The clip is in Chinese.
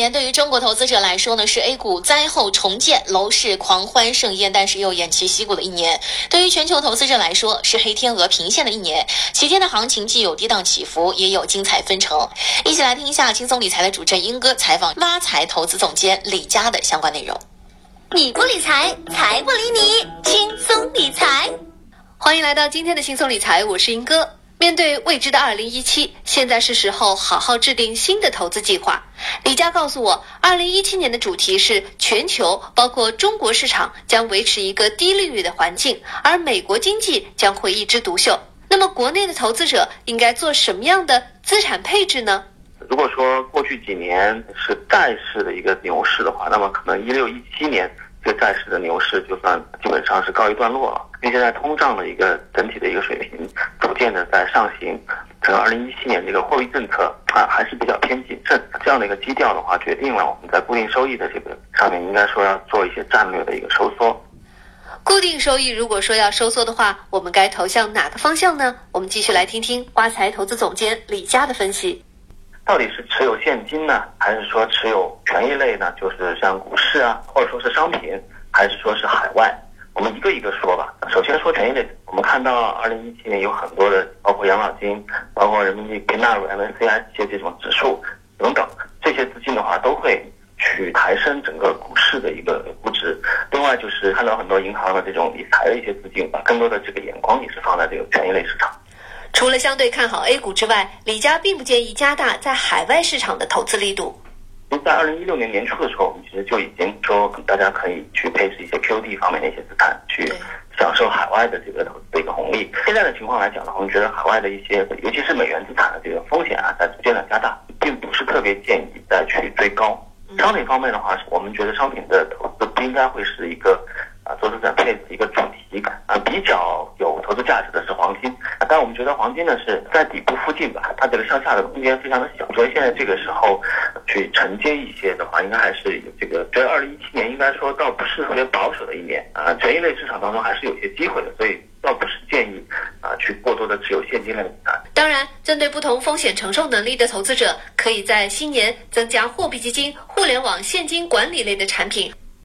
年对于中国投资者来说呢，是 A 股灾后重建、楼市狂欢盛宴，但是又偃旗息鼓的一年。对于全球投资者来说，是黑天鹅平现的一年。7天的行情既有跌宕起伏，也有精彩纷呈。一起来听一下轻松理财的主持人英哥采访挖财投资总监李佳的相关内容。 你不理财，财不理你，轻松理财。 欢迎来到今天的轻松理财，我是英哥。面对未知的2017，现在是时候好好制定新的投资计划。李佳告诉我，2017年的主题是全球，包括中国市场将维持一个低利率的环境，而美国经济将会一枝独秀。那么国内的投资者应该做什么样的资产配置呢？ 如果说过去几年是债市的一个牛市的话，那么可能16、17年这个债市的牛市就算基本上是告一段落了。因为现在通胀的一个整体的一个水平逐渐的在上行，整个2017年这个货币政策还是比较偏谨慎，这样的一个基调的话，决定了我们在固定收益的这个上面应该说要做一些战略的一个收缩。 固定收益如果说要收缩的话，我们该投向哪个方向呢？我们继续来听听挖财投资总监李佳的分析。 到底是持有现金呢，还是说持有权益类呢？就是像股市啊，或者说是商品，还是说是海外？我们一个一个说吧。首先说权益类，我们看到2017年有很多的，包括养老金，包括人民币被纳入 MSCI 一些这种指数等等，这些资金的话都会去抬升整个股市的一个估值。另外就是看到很多银行的这种理财的一些资金，把更多的这个眼光也是放在这个权益类市场。 除了相对看好 A 股之外，李佳并不建议加大在海外市场的投资力度。 在2016年年初的时候，我们其实就已经说大家可以去配置一些 QD 方面的一些资产，去享受海外的这个投资的一个红利。现在的情况来讲呢，我们觉得海外的一些，尤其是美元资产的这个风险在逐渐的加大，并不是特别建议再去追高。商品方面的话，我们觉得商品的投资不应该会是一个做资产配置一个主题比较有投资价值的是黄金，但我们觉得黄金呢是在底部附近吧，它这个向下的空间非常的小，所以现在这个时候去承接一些的话，应该还是有这个。觉得2017年应该说倒不是特别保守的一年权益类市场当中还是有些机会的，所以倒不是建议去过多的持有现金类的资产。 当然，针对不同风险承受能力的投资者，可以在新年增加货币基金、互联网现金管理类的产品，